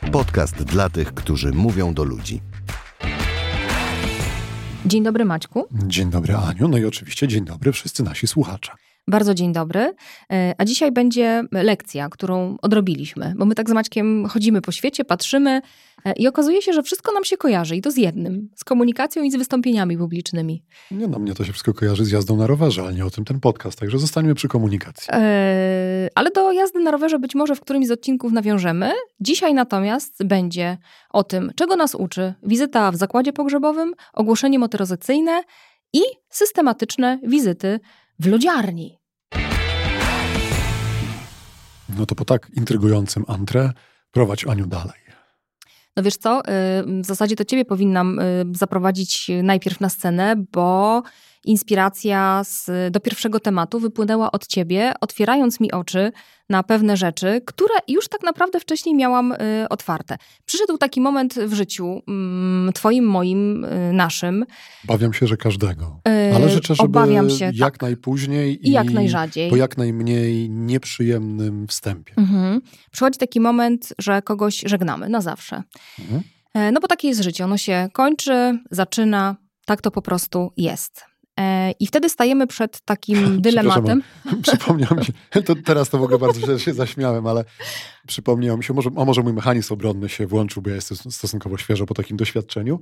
Podcast dla tych, którzy mówią do ludzi. Dzień dobry, Maćku. Dzień dobry, Aniu. No i oczywiście dzień dobry wszyscy nasi słuchacze. Bardzo dzień dobry. A dzisiaj będzie lekcja, którą odrobiliśmy, bo my tak z Maćkiem chodzimy po świecie, patrzymy i okazuje się, że wszystko nam się kojarzy i to z jednym, z komunikacją i z wystąpieniami publicznymi. Nie, no mnie to się wszystko kojarzy z jazdą na rowerze, ale nie o tym ten podcast, także zostańmy przy komunikacji. Ale do jazdy na rowerze być może w którymś z odcinków nawiążemy. Dzisiaj natomiast będzie o tym, czego nas uczy wizyta w zakładzie pogrzebowym, ogłoszenie motoryzacyjne i systematyczne wizyty w lodziarni. No to po tak intrygującym antre prowadź, Aniu, dalej. No wiesz co, w zasadzie to ciebie powinnam zaprowadzić najpierw na scenę, bo inspiracja do pierwszego tematu wypłynęła od ciebie, otwierając mi oczy na pewne rzeczy, które już tak naprawdę wcześniej miałam otwarte. Przyszedł taki moment w życiu, twoim, moim, naszym. Obawiam się, że każdego. Ale życzę, żeby jak najpóźniej i jak najrzadziej. Po jak najmniej nieprzyjemnym wstępie. Przychodzi taki moment, że kogoś żegnamy na zawsze. No bo takie jest życie. Ono się kończy, zaczyna. Tak to po prostu jest. I wtedy stajemy przed takim dylematem. Przypomniał mi się, teraz to w ogóle bardzo źle się zaśmiałem, ale przypomniał mi się, może mój mechanizm obronny się włączył, bo ja jestem stosunkowo świeżo po takim doświadczeniu,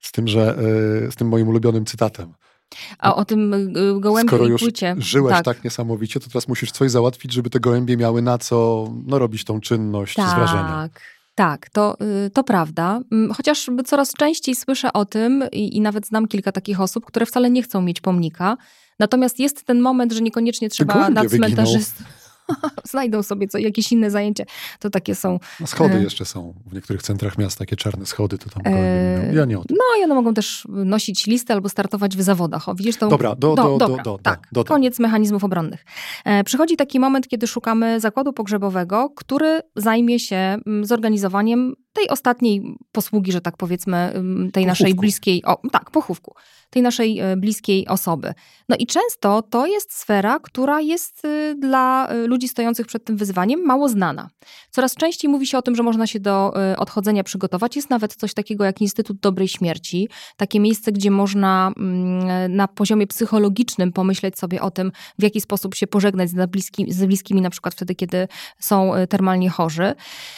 z tym moim ulubionym cytatem. A o tym gołębiu i płycie. Skoro już żyłeś tak niesamowicie, to teraz musisz coś załatwić, żeby te gołębie miały na co robić tą czynność z wrażenia. Tak, to prawda. Chociaż coraz częściej słyszę o tym i nawet znam kilka takich osób, które wcale nie chcą mieć pomnika. Natomiast jest ten moment, że niekoniecznie trzeba na cmentarzy znajdą sobie jakieś inne zajęcie. To takie są... No schody jeszcze są. W niektórych centrach miast takie czarne schody, to tam ja nie o tym. No i one mogą też nosić listy albo startować w zawodach. O, widzisz, to... Dobra, koniec mechanizmów obronnych. Przychodzi taki moment, kiedy szukamy zakładu pogrzebowego, który zajmie się zorganizowaniem tej ostatniej posługi, że tak powiedzmy, tej naszej bliskiej... pochówku. Tej naszej bliskiej osoby. No i często to jest sfera, która jest dla ludzi stojących przed tym wyzwaniem mało znana. Coraz częściej mówi się o tym, że można się do odchodzenia przygotować. Jest nawet coś takiego jak Instytut Dobrej Śmierci. Takie miejsce, gdzie można na poziomie psychologicznym pomyśleć sobie o tym, w jaki sposób się pożegnać z bliskimi, na przykład wtedy, kiedy są termalnie chorzy.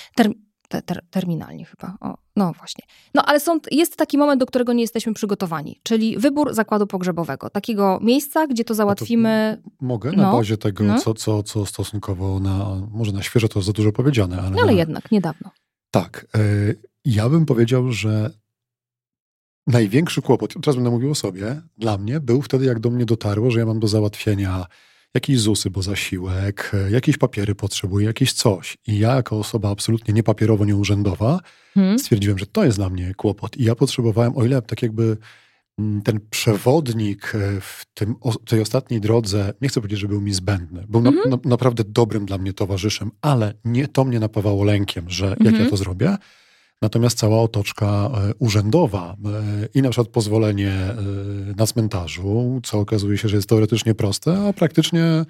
Terminalnie chyba. No właśnie. No ale jest taki moment, do którego nie jesteśmy przygotowani, czyli wybór zakładu pogrzebowego. Takiego miejsca, gdzie to załatwimy... Mogę na bazie tego, co stosunkowo może na świeżo to za dużo powiedziane, ale... Ale jednak, niedawno. Tak. Ja bym powiedział, że największy kłopot, teraz będę mówił o sobie, dla mnie był wtedy, jak do mnie dotarło, że ja mam do załatwienia jakieś ZUS-y, bo zasiłek, jakieś papiery potrzebuję, jakieś coś. I ja jako osoba absolutnie niepapierowo, nieurzędowa stwierdziłem, że to jest dla mnie kłopot. I ja potrzebowałem, o ile tak jakby ten przewodnik w tej ostatniej drodze, nie chcę powiedzieć, że był mi zbędny, był naprawdę dobrym dla mnie towarzyszem, ale to mnie napawało lękiem, że jak ja to zrobię. Natomiast cała otoczka urzędowa i na przykład pozwolenie na cmentarzu, co okazuje się, że jest teoretycznie proste, a praktycznie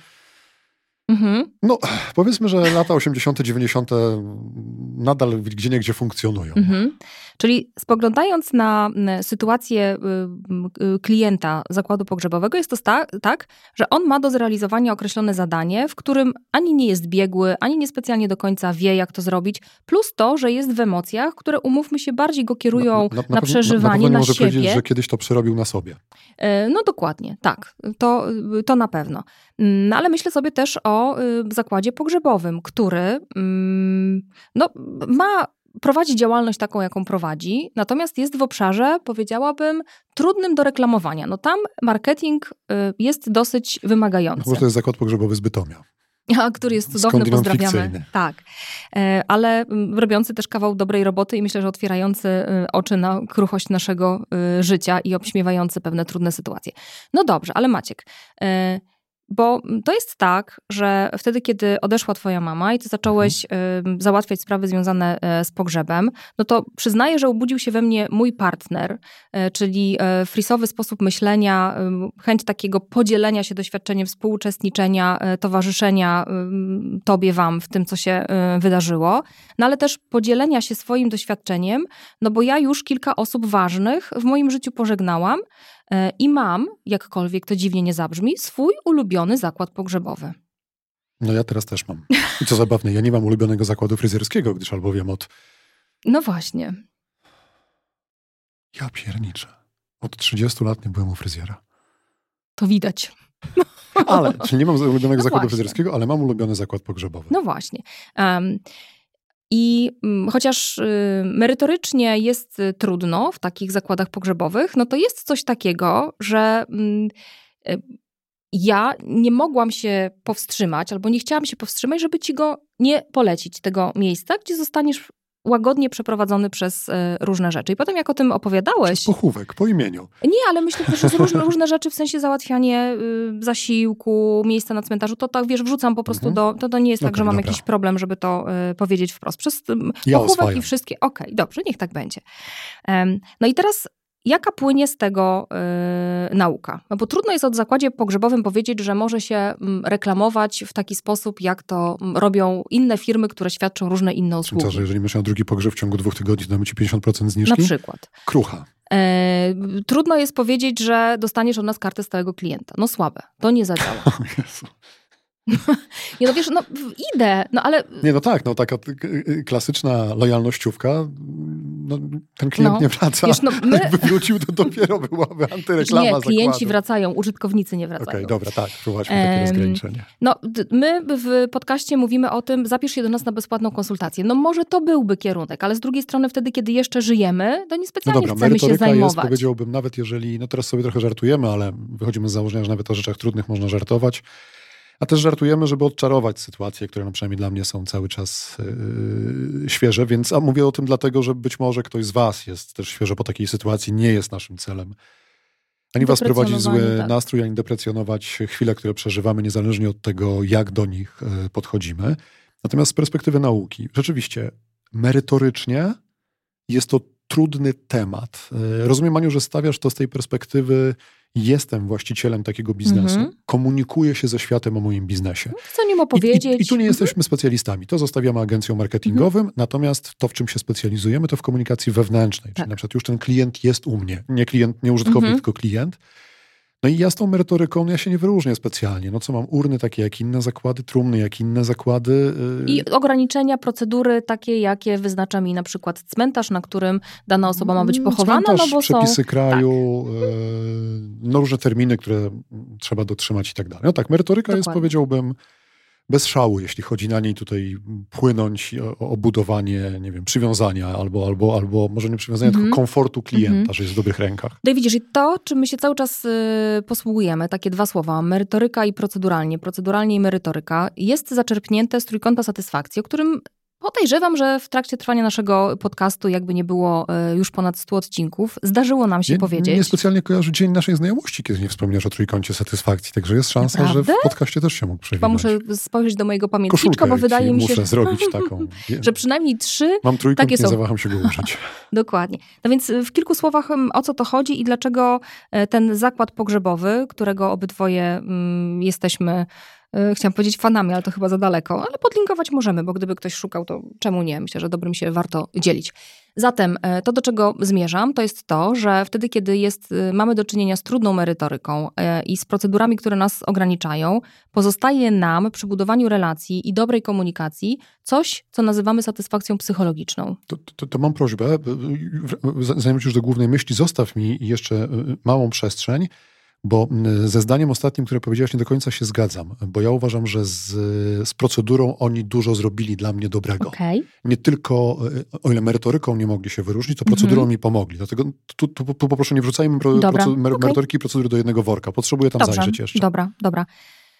no powiedzmy, że lata 80., 90. nadal gdzieniegdzie funkcjonują. Czyli spoglądając na sytuację klienta zakładu pogrzebowego, jest to tak, że on ma do zrealizowania określone zadanie, w którym ani nie jest biegły, ani niespecjalnie do końca wie, jak to zrobić, plus to, że jest w emocjach, które, umówmy się, bardziej go kierują na przeżywanie, na może siebie. Powiedzieć, że kiedyś to przerobił na sobie. No dokładnie, tak. To na pewno. No ale myślę sobie też o zakładzie pogrzebowym, który prowadzi działalność taką, jaką prowadzi, natomiast jest w obszarze, powiedziałabym, trudnym do reklamowania. No tam marketing jest dosyć wymagający. No, to jest zakład pogrzebowy z Bytomia. Który jest cudowny, pozdrawiamy. Fikcyjny. Tak, ale robiący też kawał dobrej roboty i myślę, że otwierający oczy na kruchość naszego życia i obśmiewający pewne trudne sytuacje. No dobrze, ale Maciek, Bo to jest tak, że wtedy, kiedy odeszła twoja mama i ty zacząłeś załatwiać sprawy związane z pogrzebem, no to przyznaję, że obudził się we mnie mój partner, czyli frisowy sposób myślenia, chęć takiego podzielenia się doświadczeniem, współuczestniczenia, towarzyszenia tobie, wam w tym, co się wydarzyło, no ale też podzielenia się swoim doświadczeniem, no bo ja już kilka osób ważnych w moim życiu pożegnałam, i mam, jakkolwiek to dziwnie nie zabrzmi, swój ulubiony zakład pogrzebowy. No ja teraz też mam. I co zabawne, ja nie mam ulubionego zakładu fryzjerskiego, gdyż albowiem No właśnie. Ja pierniczę. Od 30 lat nie byłem u fryzjera. To widać. Ale, czyli nie mam ulubionego zakładu fryzjerskiego, ale mam ulubiony zakład pogrzebowy. No właśnie. I chociaż merytorycznie jest trudno w takich zakładach pogrzebowych, no to jest coś takiego, że ja nie mogłam się powstrzymać, albo nie chciałam się powstrzymać, żeby ci go nie polecić, tego miejsca, gdzie zostaniesz łagodnie przeprowadzony przez różne rzeczy. I potem jak o tym opowiadałeś... Pochówek, po imieniu. Nie, ale myślę też, że różne rzeczy, w sensie załatwianie zasiłku, miejsca na cmentarzu, to tak, wiesz, wrzucam po prostu to nie jest tak, że mam jakiś problem, żeby to powiedzieć wprost. Przez pochówek i wszystkie... Okej, dobrze, niech tak będzie. No i teraz jaka płynie z tego nauka? No bo trudno jest o zakładzie pogrzebowym powiedzieć, że może się reklamować w taki sposób, jak to robią inne firmy, które świadczą różne inne usługi. Co, że jeżeli masz drugi pogrzeb w ciągu 2 tygodni, to damy ci 50% zniżki? Na przykład. Krucha. Trudno jest powiedzieć, że dostaniesz od nas kartę stałego klienta. No słabe. To nie zadziała. O Jezu. Nie, no wiesz, idę, no ale... Nie, no tak, taka klasyczna lojalnościówka, no ten klient nie wraca. Wiesz, jakby wrócił, to dopiero byłaby antyreklama zakładu. Nie, klienci wracają, użytkownicy nie wracają. Okej, dobra, tak, próbowaćmy takie rozgraniczenie. No, my w podcaście mówimy o tym, zapisz się do nas na bezpłatną konsultację. No może to byłby kierunek, ale z drugiej strony wtedy, kiedy jeszcze żyjemy, to niespecjalnie chcemy się zajmować. Jest, powiedziałbym, nawet jeżeli, no teraz sobie trochę żartujemy, ale wychodzimy z założenia, że nawet o rzeczach trudnych można żartować. A też żartujemy, żeby odczarować sytuacje, które no przynajmniej dla mnie są cały czas świeże, więc mówię o tym dlatego, że być może ktoś z was jest też świeżo po takiej sytuacji. Nie jest naszym celem ani was prowadzić zły nastrój, ani deprecjonować chwile, które przeżywamy, niezależnie od tego, jak do nich podchodzimy. Natomiast z perspektywy nauki, rzeczywiście merytorycznie jest to trudny temat. Rozumiem, Aniu, że stawiasz to z tej perspektywy: jestem właścicielem takiego biznesu, komunikuję się ze światem o moim biznesie. Chcę nim opowiedzieć. I tu nie jesteśmy specjalistami. To zostawiamy agencjom marketingowym, natomiast to, w czym się specjalizujemy, to w komunikacji wewnętrznej. Czyli na przykład już ten klient jest u mnie. Nie klient, nie użytkownik, tylko klient. No i ja z tą merytoryką, ja się nie wyróżnię specjalnie. No co mam, urny takie jak inne zakłady, trumny jak inne zakłady. I ograniczenia, procedury takie, jakie wyznacza mi na przykład cmentarz, na którym dana osoba ma być pochowana. Cmentarz, no bo przepisy kraju, no różne terminy, które trzeba dotrzymać i tak dalej. No tak, merytoryka jest, powiedziałbym, bez szału, jeśli chodzi na niej tutaj płynąć o budowanie, nie wiem, przywiązania albo może nie przywiązania, tylko komfortu klienta, że jest w dobrych rękach. No i widzisz, i to, czym my się cały czas posługujemy, takie dwa słowa, merytoryka i proceduralnie i merytoryka, jest zaczerpnięte z trójkąta satysfakcji, o którym podejrzewam, że w trakcie trwania naszego podcastu, jakby nie było już ponad 100 odcinków, zdarzyło nam się powiedzieć. Nie specjalnie kojarzy dzień naszej znajomości, kiedy nie wspomniasz o trójkącie satysfakcji, także jest szansa, że w podcaście też się mógł przewijać. Chyba muszę spojrzeć do mojego pamiętniczka, bo wydaje mi się, muszę zrobić taką. Że przynajmniej 3 mam trójkąt, takie nie są. zawaham się go użyć. Dokładnie. No więc w kilku słowach, o co to chodzi i dlaczego ten zakład pogrzebowy, którego obydwoje jesteśmy, chciałam powiedzieć fanami, ale to chyba za daleko, ale podlinkować możemy, bo gdyby ktoś szukał, to czemu nie? Myślę, że dobrym się warto dzielić. Zatem to, do czego zmierzam, to jest to, że wtedy, kiedy mamy do czynienia z trudną merytoryką i z procedurami, które nas ograniczają, pozostaje nam przy budowaniu relacji i dobrej komunikacji coś, co nazywamy satysfakcją psychologiczną. To mam prośbę, zanim już do głównej myśli, zostaw mi jeszcze małą przestrzeń, bo ze zdaniem ostatnim, które powiedziałaś, nie do końca się zgadzam, bo ja uważam, że z procedurą oni dużo zrobili dla mnie dobrego. Okay. Nie tylko, o ile merytoryką nie mogli się wyróżnić, to procedurą mi pomogli. Dlatego tu poproszę, nie wrzucajmy merytoryki i procedury do jednego worka. Potrzebuję tam zajrzeć jeszcze. Dobra.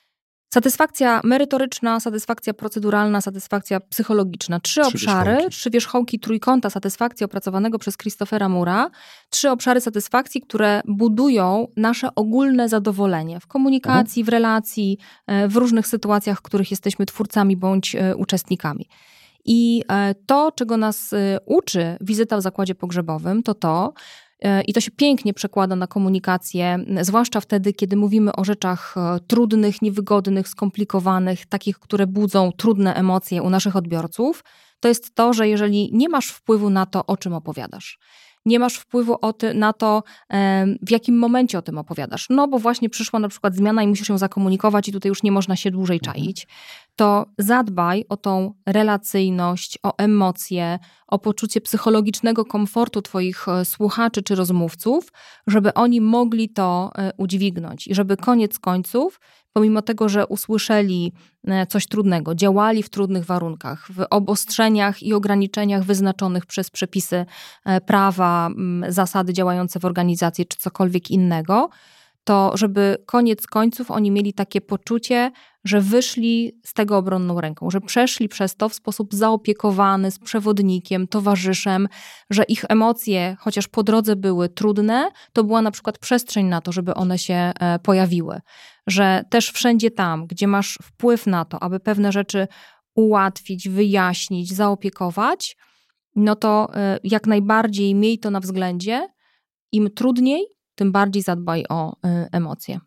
Satysfakcja merytoryczna, satysfakcja proceduralna, satysfakcja psychologiczna. Trzy obszary, 3 wierzchołki trójkąta satysfakcji opracowanego przez Christophera Moore'a. 3 obszary satysfakcji, które budują nasze ogólne zadowolenie w komunikacji, w relacji, w różnych sytuacjach, w których jesteśmy twórcami bądź uczestnikami. I to, czego nas uczy wizyta w zakładzie pogrzebowym, i to się pięknie przekłada na komunikację, zwłaszcza wtedy, kiedy mówimy o rzeczach trudnych, niewygodnych, skomplikowanych, takich, które budzą trudne emocje u naszych odbiorców, to jest to, że jeżeli nie masz wpływu na to, o czym opowiadasz, nie masz wpływu na to, w jakim momencie o tym opowiadasz, no bo właśnie przyszła na przykład zmiana i musisz ją zakomunikować i tutaj już nie można się dłużej czaić, to zadbaj o tą relacyjność, o emocje, o poczucie psychologicznego komfortu twoich słuchaczy czy rozmówców, żeby oni mogli to udźwignąć i żeby koniec końców, pomimo tego, że usłyszeli coś trudnego, działali w trudnych warunkach, w obostrzeniach i ograniczeniach wyznaczonych przez przepisy prawa, zasady działające w organizacji czy cokolwiek innego, to żeby koniec końców oni mieli takie poczucie, że wyszli z tego obronną ręką, że przeszli przez to w sposób zaopiekowany, z przewodnikiem, towarzyszem, że ich emocje, chociaż po drodze były trudne, to była na przykład przestrzeń na to, żeby one się pojawiły. Że też wszędzie tam, gdzie masz wpływ na to, aby pewne rzeczy ułatwić, wyjaśnić, zaopiekować, no to jak najbardziej miej to na względzie. Im trudniej, tym bardziej zadbaj o emocje.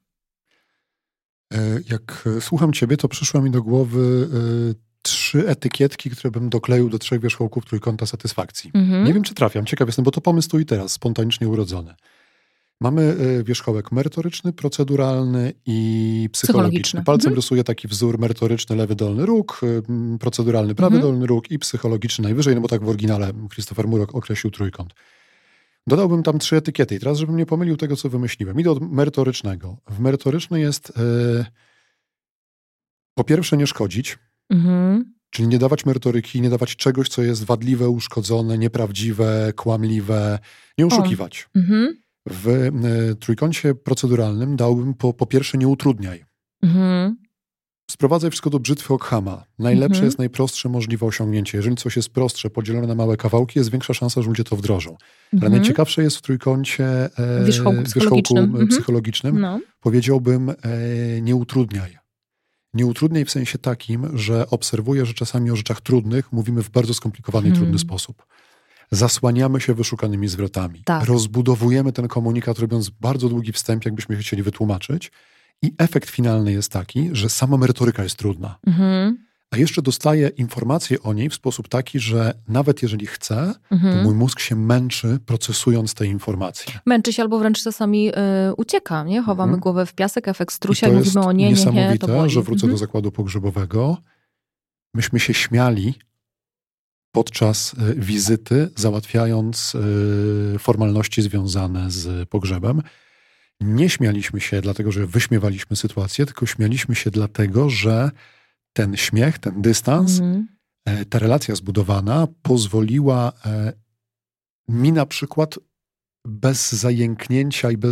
Jak słucham ciebie, to przyszły mi do głowy 3 etykietki, które bym dokleił do 3 wierzchołków trójkąta satysfakcji. Nie wiem, czy trafiam, ciekaw jestem, bo to pomysł tu i teraz, spontanicznie urodzony. Mamy wierzchołek merytoryczny, proceduralny i psychologiczny. Palcem rysuję taki wzór merytoryczny, lewy dolny róg, proceduralny, prawy dolny róg i psychologiczny najwyżej, no bo tak w oryginale Christopher Moore określił trójkąt. Dodałbym tam 3 etykiety i teraz, żebym nie pomylił tego, co wymyśliłem. Idę od merytorycznego. W merytoryczny jest po pierwsze nie szkodzić, czyli nie dawać merytoryki, nie dawać czegoś, co jest wadliwe, uszkodzone, nieprawdziwe, kłamliwe, nie oszukiwać. W trójkącie proceduralnym dałbym po pierwsze nie utrudniaj. Sprowadzaj wszystko do brzytwy Ockhama. Najlepsze jest najprostsze możliwe osiągnięcie. Jeżeli coś jest prostsze, podzielone na małe kawałki, jest większa szansa, że ludzie to wdrożą. Ale najciekawsze jest w trójkącie wierzchołku psychologicznym. Powiedziałbym nie utrudniaj. Nie utrudniaj w sensie takim, że obserwuję, że czasami o rzeczach trudnych mówimy w bardzo skomplikowany i trudny sposób. Zasłaniamy się wyszukanymi zwrotami. Tak. Rozbudowujemy ten komunikat, robiąc bardzo długi wstęp, jakbyśmy chcieli wytłumaczyć. I efekt finalny jest taki, że sama merytoryka jest trudna. A jeszcze dostaję informacje o niej w sposób taki, że nawet jeżeli chcę, to mój mózg się męczy procesując te informacje. Męczy się albo wręcz czasami ucieka, nie? Chowamy głowę w piasek, efekt strusia i mówimy o nie, niesamowite, to boli. Że wrócę do zakładu pogrzebowego. Myśmy się śmiali podczas wizyty, załatwiając formalności związane z pogrzebem. Nie śmialiśmy się dlatego, że wyśmiewaliśmy sytuację, tylko śmialiśmy się dlatego, że ten śmiech, ten dystans, ta relacja zbudowana pozwoliła mi na przykład bez zajęknięcia i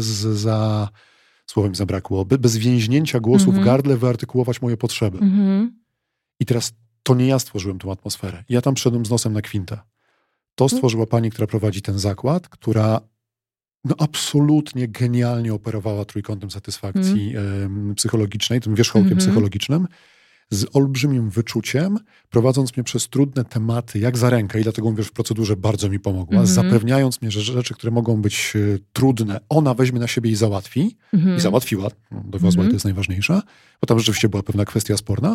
słowem zabrakło, bez więźnięcia głosu w gardle wyartykułować moje potrzeby. I teraz to nie ja stworzyłem tą atmosferę. Ja tam wszedłem z nosem na kwintę. To stworzyła pani, która prowadzi ten zakład, która absolutnie genialnie operowała trójkątem satysfakcji psychologicznej, tym wierzchołkiem psychologicznym, z olbrzymim wyczuciem, prowadząc mnie przez trudne tematy, jak za rękę, i dlatego mówię, że w procedurze bardzo mi pomogła, zapewniając mnie, że rzeczy, które mogą być trudne, ona weźmie na siebie i załatwi. I załatwiła, dowiozła, i to jest najważniejsze, bo tam rzeczywiście była pewna kwestia sporna,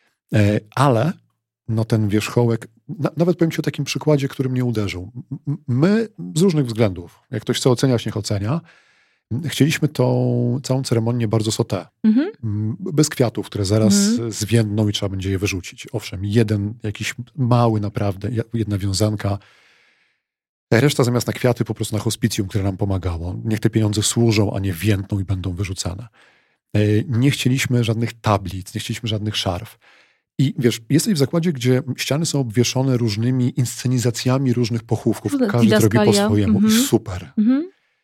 ale ten wierzchołek, nawet powiem ci o takim przykładzie, który mnie uderzył. My z różnych względów, jak ktoś chce oceniać, niech ocenia, chcieliśmy tą całą ceremonię bardzo sauté. Bez kwiatów, które zaraz zwiędną i trzeba będzie je wyrzucić. Owszem, jeden jakiś mały naprawdę, jedna wiązanka. Reszta zamiast na kwiaty po prostu na hospicjum, które nam pomagało. Niech te pieniądze służą, a nie więdną i będą wyrzucane. Nie chcieliśmy żadnych tablic, nie chcieliśmy żadnych szarf. I wiesz, jesteś w zakładzie, gdzie ściany są obwieszone różnymi inscenizacjami różnych pochówków. Każdy to robi po swojemu i super.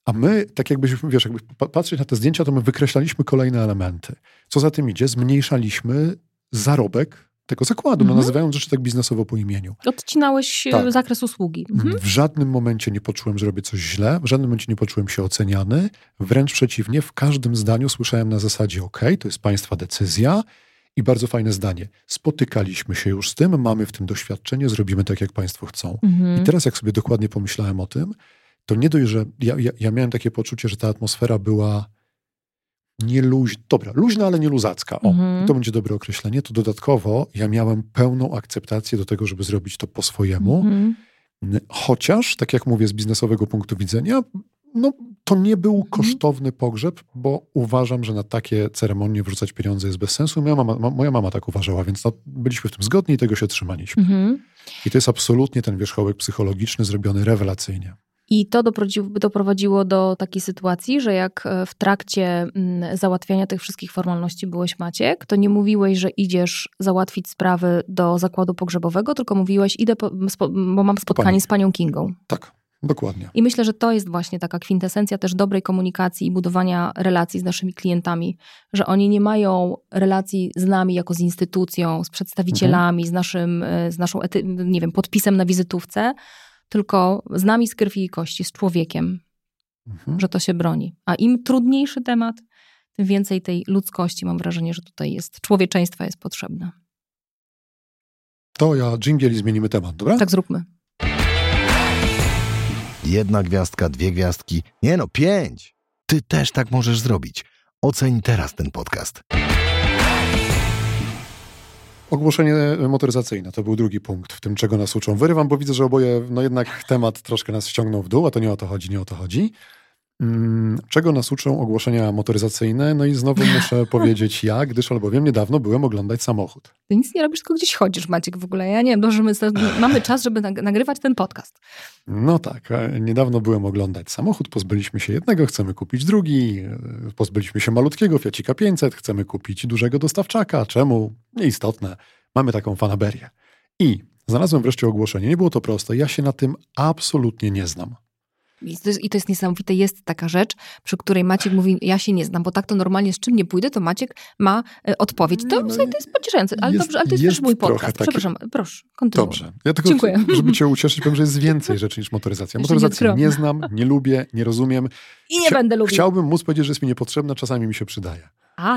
A my, tak jakbyśmy, jakby patrzeć na te zdjęcia, to my wykreślaliśmy kolejne elementy. Co za tym idzie? Zmniejszaliśmy zarobek tego zakładu, nazywając rzeczy tak biznesowo po imieniu. Odcinałeś zakres usługi. W żadnym momencie nie poczułem, że robię coś źle, w żadnym momencie nie poczułem się oceniany. Wręcz przeciwnie, w każdym zdaniu słyszałem na zasadzie to jest państwa decyzja i bardzo fajne zdanie. Spotykaliśmy się już z tym, mamy w tym doświadczenie, zrobimy tak, jak państwo chcą. I teraz jak sobie dokładnie pomyślałem o tym, to nie dość, że ja miałem takie poczucie, że ta atmosfera była nie luźna, ale nie luzacka. To będzie dobre określenie. To dodatkowo ja miałem pełną akceptację do tego, żeby zrobić to po swojemu. Chociaż, tak jak mówię, z biznesowego punktu widzenia, to nie był kosztowny pogrzeb, bo uważam, że na takie ceremonie wrzucać pieniądze jest bez sensu. Moja mama tak uważała, więc byliśmy w tym zgodni i tego się trzymaliśmy. I to jest absolutnie ten wierzchołek psychologiczny zrobiony rewelacyjnie. I to doprowadziło do takiej sytuacji, że jak w trakcie załatwiania tych wszystkich formalności byłeś, Maciek, to nie mówiłeś, że idziesz załatwić sprawy do zakładu pogrzebowego, tylko mówiłeś, idę, bo mam spotkanie z panią Kingą. Tak, dokładnie. I myślę, że to jest właśnie taka kwintesencja też dobrej komunikacji i budowania relacji z naszymi klientami, że oni nie mają relacji z nami jako z instytucją, z przedstawicielami, z naszą podpisem na wizytówce, tylko z nami z krwi i kości, z człowiekiem, że to się broni. A im trudniejszy temat, tym więcej tej ludzkości, mam wrażenie, że tutaj człowieczeństwa jest potrzebne. To ja dżingiel i zmienimy temat, dobra? Tak zróbmy. 1 gwiazdka, 2 gwiazdki, 5. Ty też tak możesz zrobić. Oceń teraz ten podcast. Ogłoszenie motoryzacyjne to był drugi punkt w tym, czego nas uczą. Wyrywam, bo widzę, że oboje, jednak temat troszkę nas ściągnął w dół, a to nie o to chodzi. Czego nas uczą ogłoszenia motoryzacyjne? I znowu muszę powiedzieć gdyż albowiem niedawno byłem oglądać samochód. Ty nic nie robisz, tylko gdzieś chodzisz, Maciek, w ogóle. Ja nie wiem, mamy czas, żeby nagrywać ten podcast. No tak, niedawno byłem oglądać samochód, pozbyliśmy się jednego, chcemy kupić drugi, pozbyliśmy się malutkiego Fiacika 500, chcemy kupić dużego dostawczaka. Czemu? Nieistotne. Mamy taką fanaberię. I znalazłem wreszcie ogłoszenie. Nie było to proste. Ja się na tym absolutnie nie znam. I to jest niesamowite. Jest taka rzecz, przy której Maciek mówi, ja się nie znam, bo tak to normalnie z czym nie pójdę, to Maciek ma odpowiedź. To jest pocieszające, ale dobrze, ale to jest też mój podcast. Przepraszam, proszę, kontynuuj. Dobrze. Ja tylko, dziękuję. Żeby cię ucieszyć, powiem, że jest więcej rzeczy niż motoryzacja. Motoryzacji nie znam, nie lubię, nie rozumiem. I nie będę lubił. Chciałbym móc powiedzieć, że jest mi niepotrzebna, czasami mi się przydaje.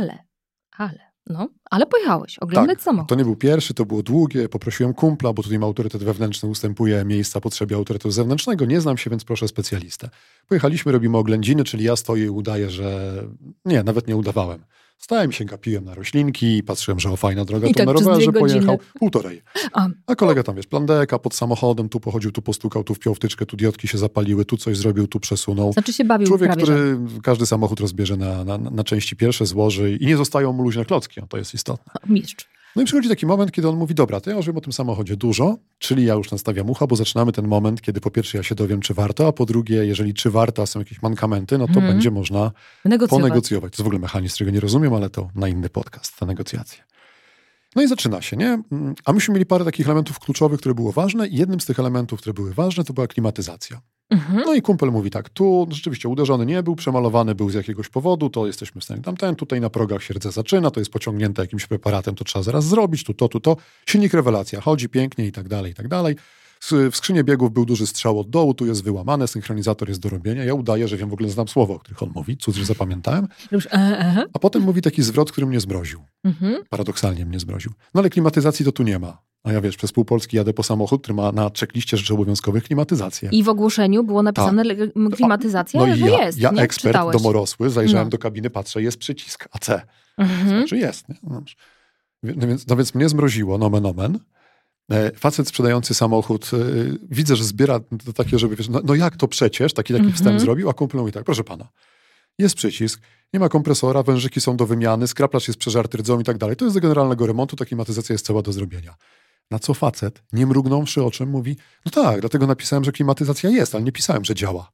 Ale pojechałeś oglądać samochód. To nie był pierwszy, to było długie. Poprosiłem kumpla, bo tutaj autorytet wewnętrzny ustępuje miejsca potrzebie autorytetu zewnętrznego. Nie znam się, więc proszę specjalistę. Pojechaliśmy, robimy oględziny, czyli ja stoję i udaję, że... Nie, nawet nie udawałem. Stałem się, gapiłem na roślinki, patrzyłem, że fajna droga, tu na rowerze pojechał. 1,5. A kolega tam, plandeka pod samochodem, tu pochodził, tu postukał, tu wpiął wtyczkę, tu diodki się zapaliły, tu coś zrobił, tu przesunął. Znaczy się bawił Człowiek, prawie, który każdy samochód rozbierze na części pierwsze, złoży i nie zostają mu luźne klocki, to jest istotne. Mistrz. No i przychodzi taki moment, kiedy on mówi, dobra, to ja już wiem o tym samochodzie dużo, czyli ja już nastawiam ucha, bo zaczynamy ten moment, kiedy po pierwsze ja się dowiem, czy warto, a po drugie, jeżeli czy warto, a są jakieś mankamenty, no to będzie można ponegocjować. To jest w ogóle mechanizm, którego nie rozumiem, ale to na inny podcast, te negocjacje. No i zaczyna się, nie? A myśmy mieli parę takich elementów kluczowych, które było ważne i jednym z tych elementów, które były ważne, to była klimatyzacja. No i kumpel mówi tak, tu rzeczywiście uderzony nie był, przemalowany był z jakiegoś powodu, to jesteśmy w stanie tutaj na progach się rdza zaczyna, to jest pociągnięte jakimś preparatem, to trzeba zaraz zrobić, tu to. Silnik rewelacja, chodzi pięknie i tak dalej, i tak dalej. W skrzynie biegów był duży strzał od dołu, tu jest wyłamane, synchronizator jest do robienia. Ja udaję, że wiem, w ogóle znam słowa, o których on mówi, cud, że zapamiętałem. A potem mówi taki zwrot, który mnie zmroził. Paradoksalnie mnie zmroził. No ale klimatyzacji to tu nie ma. A ja przez pół Polski jadę po samochód, który ma na checkliście rzeczy obowiązkowych klimatyzację. I w ogłoszeniu było napisane klimatyzacja, no że jest. Ja ekspert domorosły, zajrzałem do kabiny, patrzę, jest przycisk AC. Znaczy jest. Nie? No więc mnie zmroziło, nomen omen. Facet sprzedający samochód, widzę, że zbiera to takie, żeby no jak to przecież, taki wstęp zrobił, a kumpel mówi tak, proszę pana, jest przycisk, nie ma kompresora, wężyki są do wymiany, skraplacz jest przeżarty rdzą i tak dalej. To jest do generalnego remontu, ta klimatyzacja jest cała do zrobienia. Na co facet, nie mrugnąwszy oczem, mówi, no tak, dlatego napisałem, że klimatyzacja jest, ale nie pisałem, że działa.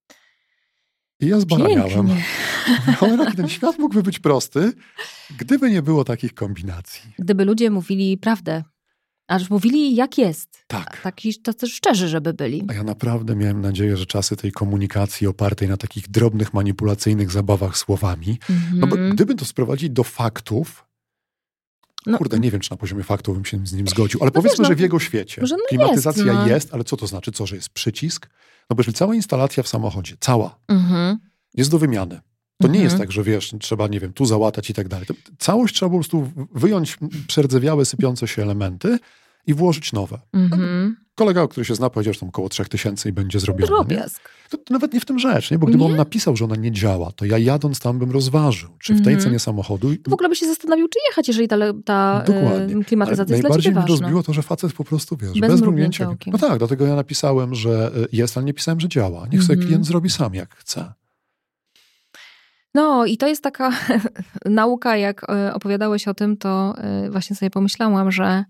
I ja zbaraniałem. Ale ten świat mógłby być prosty, gdyby nie było takich kombinacji. Gdyby ludzie mówili prawdę. Aż mówili jak jest. Tak. Tacy szczerzy, żeby byli. A ja naprawdę miałem nadzieję, że czasy tej komunikacji opartej na takich drobnych, manipulacyjnych zabawach słowami, no bo gdyby to sprowadzić do faktów, kurde, nie wiem, czy na poziomie faktów bym się z nim zgodził, ale powiedzmy, że w jego świecie klimatyzacja jest, ale co to znaczy? Co, że jest przycisk? No bo jeżeli cała instalacja w samochodzie, cała, jest do wymiany. To nie jest tak, że wiesz, trzeba, nie wiem, tu załatać i tak dalej. Całość trzeba po prostu wyjąć przerdzewiałe, sypiące się elementy i włożyć nowe. Kolega, który się zna, powiedział, że tam około 3000 i będzie zrobione. Drobiazg. To nawet nie w tym rzecz, nie? Bo gdyby on napisał, że ona nie działa, to ja jadąc tam bym rozważył, czy w tej cenie samochodu... To w ogóle by się zastanowił, czy jechać, jeżeli ta klimatyzacja jest dla ciebie ważna. Najbardziej mnie rozbiło to, że facet po prostu, wiesz, bez mrugnięcia okiem. No tak, dlatego ja napisałem, że jest, ale nie pisałem, że działa. Niech sobie klient zrobi sam, jak chce. No i to jest taka nauka, jak opowiadałeś o tym, to właśnie sobie pomyślałam, że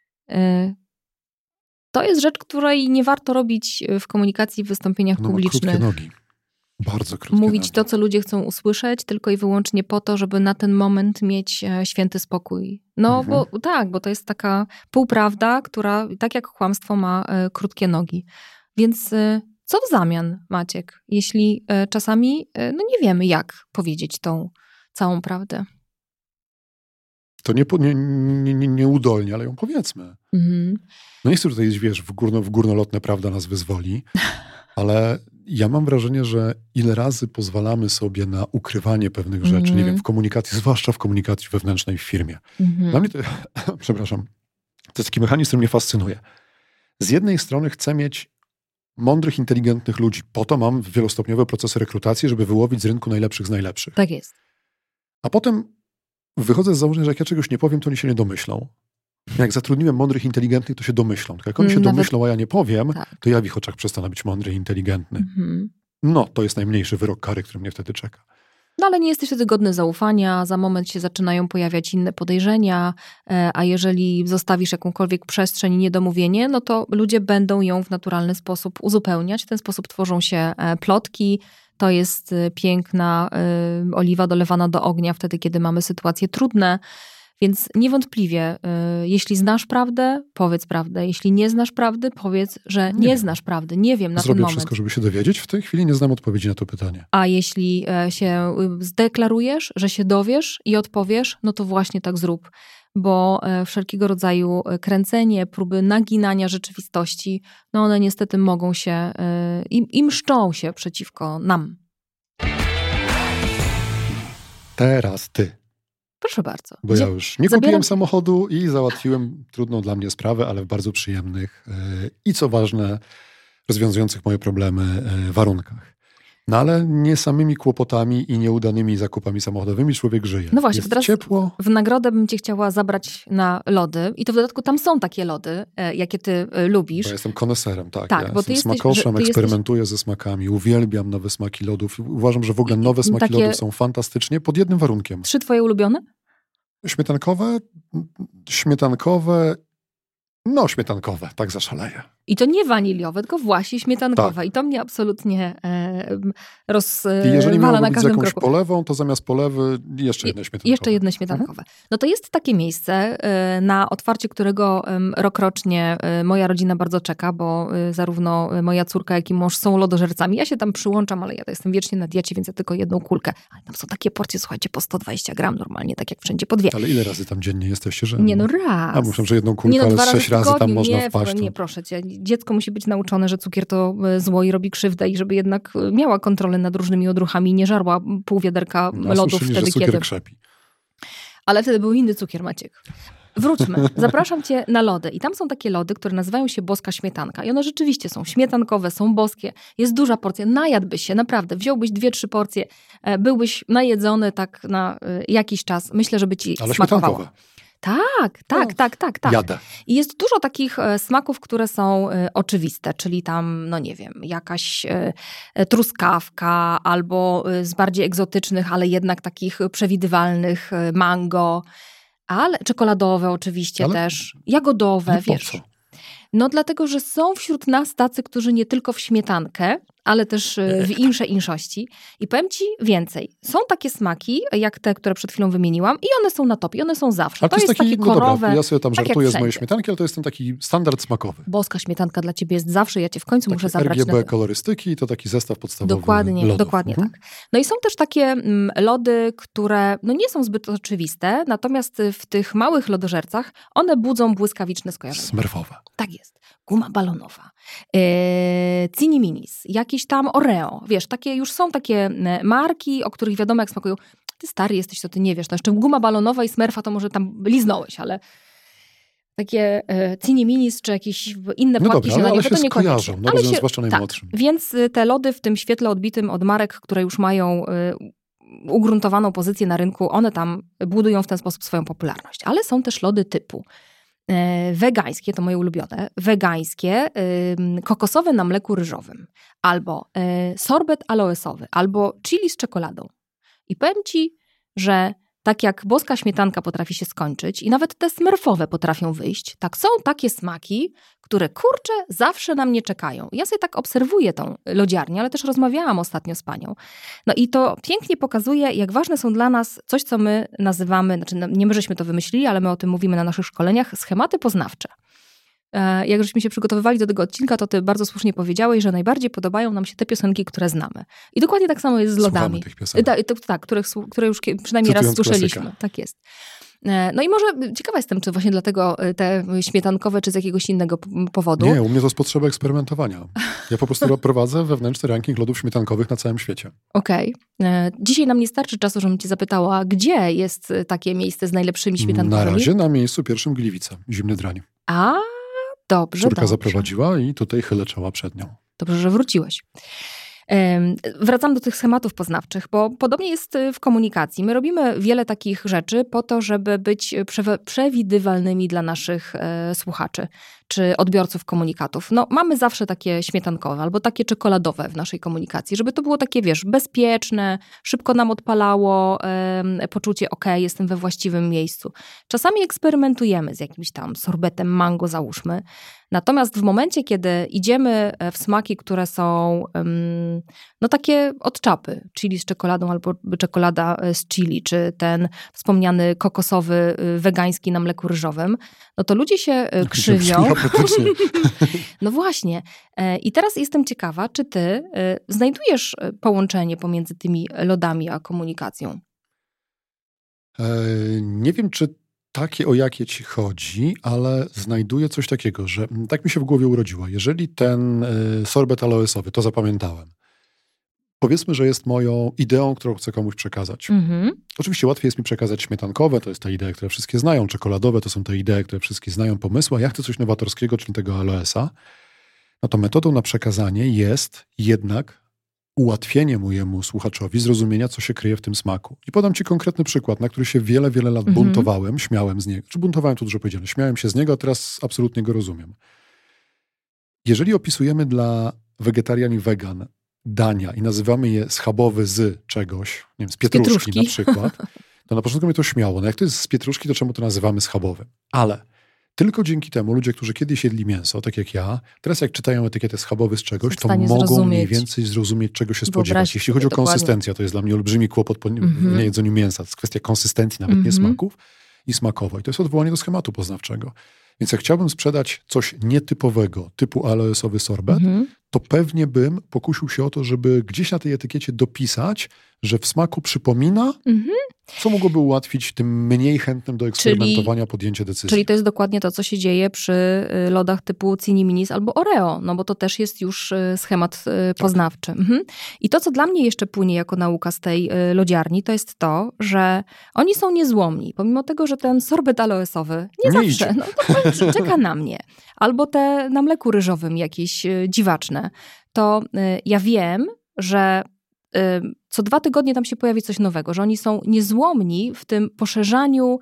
to jest rzecz, której nie warto robić w komunikacji, w wystąpieniach publicznych. Krótkie nogi. Bardzo krótkie Mówić nogi. to, co ludzie chcą usłyszeć, tylko i wyłącznie po to, żeby na ten moment mieć święty spokój. No bo to jest taka półprawda, która tak jak kłamstwo ma krótkie nogi. Więc co w zamian, Maciek, jeśli czasami nie wiemy, jak powiedzieć tą całą prawdę? To nie udolnie, ale ją powiedzmy. No nie chcę tutaj iść, wiesz, w górnolotne prawda nas wyzwoli, ale ja mam wrażenie, że ile razy pozwalamy sobie na ukrywanie pewnych rzeczy, nie wiem, w komunikacji, zwłaszcza w komunikacji wewnętrznej w firmie. Dla mnie to, przepraszam, to jest taki mechanizm, który mnie fascynuje. Z jednej strony chcę mieć mądrych, inteligentnych ludzi. Po to mam wielostopniowe procesy rekrutacji, żeby wyłowić z rynku najlepszych z najlepszych. Tak jest. A potem wychodzę z założenia, że jak ja czegoś nie powiem, to oni się nie domyślą. Jak zatrudniłem mądrych, inteligentnych, to się domyślą. Tylko jak oni się domyślą, a ja nie powiem, to ja w ich oczach przestanę być mądry i inteligentny. No, to jest najmniejszy wyrok kary, który mnie wtedy czeka. No ale nie jesteś wtedy godny zaufania, za moment się zaczynają pojawiać inne podejrzenia, a jeżeli zostawisz jakąkolwiek przestrzeń i niedomówienie, no to ludzie będą ją w naturalny sposób uzupełniać. W ten sposób tworzą się plotki. To jest piękna oliwa dolewana do ognia wtedy, kiedy mamy sytuacje trudne. Więc niewątpliwie, jeśli znasz prawdę, powiedz prawdę. Jeśli nie znasz prawdy, powiedz, że nie znasz prawdy. Nie wiem na ten moment. Zrobię wszystko, żeby się dowiedzieć. W tej chwili nie znam odpowiedzi na to pytanie. A jeśli się zdeklarujesz, że się dowiesz i odpowiesz, no to właśnie tak zrób. Bo wszelkiego rodzaju kręcenie, próby naginania rzeczywistości, no one niestety mogą się i mszczą się przeciwko nam. Teraz ty. Proszę bardzo. Bo ja już nie kupiłem samochodu i załatwiłem trudną dla mnie sprawę, ale w bardzo przyjemnych i co ważne, rozwiązujących moje problemy warunkach. No ale nie samymi kłopotami i nieudanymi zakupami samochodowymi człowiek żyje. No właśnie, jest teraz ciepło. W nagrodę bym cię chciała zabrać na lody i to w dodatku tam są takie lody, jakie ty lubisz. Bo ja jestem koneserem, tak. Tak, ja bo jestem smakoszem, eksperymentuję ze smakami, uwielbiam nowe smaki lodów. Uważam, że w ogóle nowe smaki lodów są fantastycznie pod jednym warunkiem. 3 twoje ulubione? Śmietankowe, tak zaszaleję. I to nie waniliowe, tylko właśnie śmietankowe. Tak. I to mnie absolutnie I jeżeli miało na być z każdym jakąś kroku. polewą, to zamiast polewy jeszcze jedno śmietankowe. Jeszcze jedno śmietankowe. No to jest takie miejsce, na otwarcie którego rokrocznie moja rodzina bardzo czeka, bo zarówno moja córka, jak i mąż są lodożercami. Ja się tam przyłączam, ale ja jestem wiecznie na diecie, więc ja tylko jedną kulkę. Ale tam są takie porcje, słuchajcie, po 120 gram normalnie, tak jak wszędzie po 2. Ale ile razy tam dziennie jesteście? Że... Nie, no raz. A myślę, że jedną kulkę, ale 6 razy tam można wpaść. Nie, proszę cię. Dziecko musi być nauczone, że cukier to zło i robi krzywdę i żeby jednak miała kontrolę nad różnymi odruchami i nie żarła pół wiaderka lodów wtedy, że cukier kiedy... krzepi. Ale wtedy był inny cukier, Maciek. Wróćmy. Zapraszam cię na lody. I tam są takie lody, które nazywają się boska śmietanka. I one rzeczywiście są śmietankowe, są boskie. Jest duża porcja. Najadłbyś się, naprawdę. Wziąłbyś 2-3 porcje. Byłbyś najedzony tak na jakiś czas. Myślę, że by ci ale smakowało. śmietankowe. Tak. Jadę. I jest dużo takich smaków, które są oczywiste, czyli tam, no nie wiem, jakaś truskawka albo z bardziej egzotycznych, ale jednak takich przewidywalnych mango, ale czekoladowe oczywiście też, jagodowe, ale wiesz. po co? No dlatego, że są wśród nas tacy, którzy nie tylko w śmietankę, ale też w inszości. I powiem ci więcej. Są takie smaki, jak te, które przed chwilą wymieniłam i one są na topie, one są zawsze. Ale to jest takie korowe. Dobra, ja sobie tam tak żartuję z mojej śmietanki, ale to jest ten taki standard smakowy. Boska śmietanka dla ciebie jest zawsze, ja cię w końcu muszę zabrać RGB kolorystyki to taki zestaw podstawowy Dokładnie tak. No i są też takie lody, które nie są zbyt oczywiste, natomiast w tych małych lodożercach one budzą błyskawiczne skojarzenia. Smurfowe. Tak jest. Guma balonowa, Cini Minis, jakieś tam Oreo, wiesz, takie już są takie marki, o których wiadomo jak smakują. Ty stary jesteś, to ty nie wiesz, to jeszcze guma balonowa i Smurfa to może tam liznąłeś, ale takie Cini Minis czy jakieś inne płatki śniadaniowe to niekoniecznie. No rozumiem, zwłaszcza najmłodszym. Tak, więc te lody w tym świetle odbitym od marek, które już mają ugruntowaną pozycję na rynku, one tam budują w ten sposób swoją popularność. Ale są też lody typu wegańskie, to moje ulubione, wegańskie, kokosowe na mleku ryżowym, albo sorbet aloesowy, albo chili z czekoladą. I powiem ci, że tak jak boska śmietanka potrafi się skończyć i nawet te smurfowe potrafią wyjść, tak są takie smaki, które kurczę zawsze na mnie czekają. Ja sobie tak obserwuję tą lodziarnię, ale też rozmawiałam ostatnio z panią. No i to pięknie pokazuje, jak ważne są dla nas coś, co my nazywamy, znaczy nie my żeśmy to wymyślili, ale my o tym mówimy na naszych szkoleniach, schematy poznawcze. Jak żeśmy się przygotowywali do tego odcinka, to ty bardzo słusznie powiedziałeś, że najbardziej podobają nam się te piosenki, które znamy. I dokładnie tak samo jest z lodami. Słuchamy tych piosenek. Tak, które już przynajmniej raz słyszeliśmy. Klasyka. Tak jest. No i może ciekawa jestem, czy właśnie dlatego te śmietankowe, czy z jakiegoś innego powodu. Nie, u mnie to jest potrzeba eksperymentowania. Ja po prostu prowadzę wewnętrzny ranking lodów śmietankowych na całym świecie. Okej. Dzisiaj nam nie starczy czasu, żebym cię zapytała, gdzie jest takie miejsce z najlepszymi śmietankowymi? Na razie na miejscu pierwszym Gliwice, Zimny Drań. Dobrze. Córka zaprowadziła i tutaj chylę czoła przed nią. Dobrze, że wróciłeś. Wracam do tych schematów poznawczych, bo podobnie jest w komunikacji. My robimy wiele takich rzeczy po to, żeby być przewidywalnymi dla naszych słuchaczy czy odbiorców komunikatów. No, mamy zawsze takie śmietankowe albo takie czekoladowe w naszej komunikacji, żeby to było takie, wiesz, bezpieczne, szybko nam odpalało poczucie, jestem we właściwym miejscu. Czasami eksperymentujemy z jakimś tam sorbetem mango, załóżmy. Natomiast w momencie, kiedy idziemy w smaki, które są takie od czapy, chili z czekoladą albo czekolada z chili, czy ten wspomniany kokosowy, wegański na mleku ryżowym, no to ludzie się krzywią. No właśnie. I teraz jestem ciekawa, czy ty znajdujesz połączenie pomiędzy tymi lodami a komunikacją? Nie wiem, czy takie, o jakie ci chodzi, ale znajduję coś takiego, że tak mi się w głowie urodziło. Jeżeli ten sorbet aloesowy, to zapamiętałem, powiedzmy, że jest moją ideą, którą chcę komuś przekazać. Oczywiście łatwiej jest mi przekazać śmietankowe, to jest ta idea, które wszyscy znają, czekoladowe to są te idee, które wszyscy znają, pomysły, a ja chcę coś nowatorskiego, czyli tego aloesa. No to metodą na przekazanie jest jednak ułatwienie mojemu słuchaczowi zrozumienia, co się kryje w tym smaku. I podam ci konkretny przykład, na który się wiele, wiele lat buntowałem, śmiałem z niego. Czy buntowałem, to dużo powiedziane. Śmiałem się z niego, a teraz absolutnie go rozumiem. Jeżeli opisujemy dla wegetarian i wegan dania i nazywamy je schabowy z czegoś, nie wiem, z pietruszki na przykład, to na początku mnie to śmiało. No jak to jest z pietruszki, to czemu to nazywamy schabowym? Ale tylko dzięki temu ludzie, którzy kiedyś jedli mięso, tak jak ja, teraz jak czytają etykietę schabowy z czegoś, to mogą mniej więcej zrozumieć, czego się spodziewać. Jeśli chodzi o konsystencję, to jest dla mnie olbrzymi kłopot w niejedzeniu mięsa. To jest kwestia konsystencji, nawet nie smaków i smakowo. I to jest odwołanie do schematu poznawczego. Więc jak chciałbym sprzedać coś nietypowego, typu aloesowy sorbet, to pewnie bym pokusił się o to, żeby gdzieś na tej etykiecie dopisać, że w smaku przypomina, co mogłoby ułatwić tym mniej chętnym do eksperymentowania podjęcie decyzji. Czyli to jest dokładnie to, co się dzieje przy lodach typu Cini Minis albo Oreo, no bo to też jest już schemat poznawczy. I to, co dla mnie jeszcze płynie jako nauka z tej lodziarni, to jest to, że oni są niezłomni. Pomimo tego, że ten sorbet aloesowy nie zawsze, no to czeka na mnie. Albo te na mleku ryżowym jakieś dziwaczne. To ja wiem, że co 2 tygodnie tam się pojawi coś nowego, że oni są niezłomni w tym poszerzaniu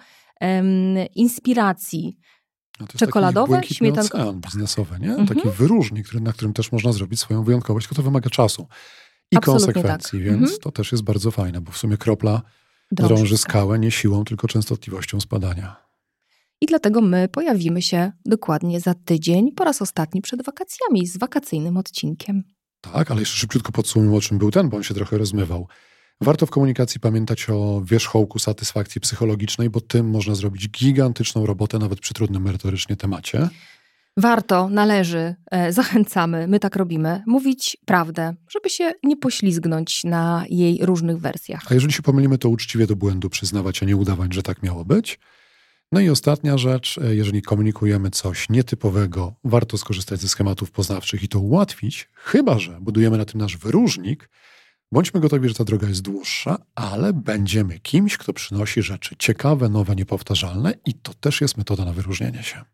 inspiracji. No to czekoladowe, śmietankowe. Ocean biznesowy, nie? Taki wyróżnik, na którym też można zrobić swoją wyjątkowość, tylko to wymaga czasu i absolutnie konsekwencji, tak. Więc to też jest bardzo fajne, bo w sumie kropla drąży skałę nie siłą, tylko częstotliwością spadania. I dlatego my pojawimy się dokładnie za tydzień, po raz ostatni przed wakacjami, z wakacyjnym odcinkiem. Tak, ale jeszcze szybciutko podsumujmy, o czym był ten, bo on się trochę rozmywał. Warto w komunikacji pamiętać o wierzchołku satysfakcji psychologicznej, bo tym można zrobić gigantyczną robotę nawet przy trudnym merytorycznie temacie. Warto, należy, zachęcamy, my tak robimy, mówić prawdę, żeby się nie poślizgnąć na jej różnych wersjach. A jeżeli się pomylimy, to uczciwie do błędu przyznawać, a nie udawać, że tak miało być. No i ostatnia rzecz, jeżeli komunikujemy coś nietypowego, warto skorzystać ze schematów poznawczych i to ułatwić, chyba że budujemy na tym nasz wyróżnik. Bądźmy gotowi, że ta droga jest dłuższa, ale będziemy kimś, kto przynosi rzeczy ciekawe, nowe, niepowtarzalne i to też jest metoda na wyróżnienie się.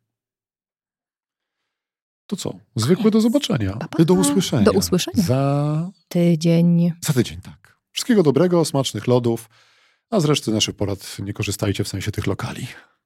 To co? Zwykłe do zobaczenia. Pa, pa. Do usłyszenia. Do usłyszenia. Za tydzień. Za tydzień, tak. Wszystkiego dobrego, smacznych lodów, a z reszty naszych porad nie korzystajcie w sensie tych lokali.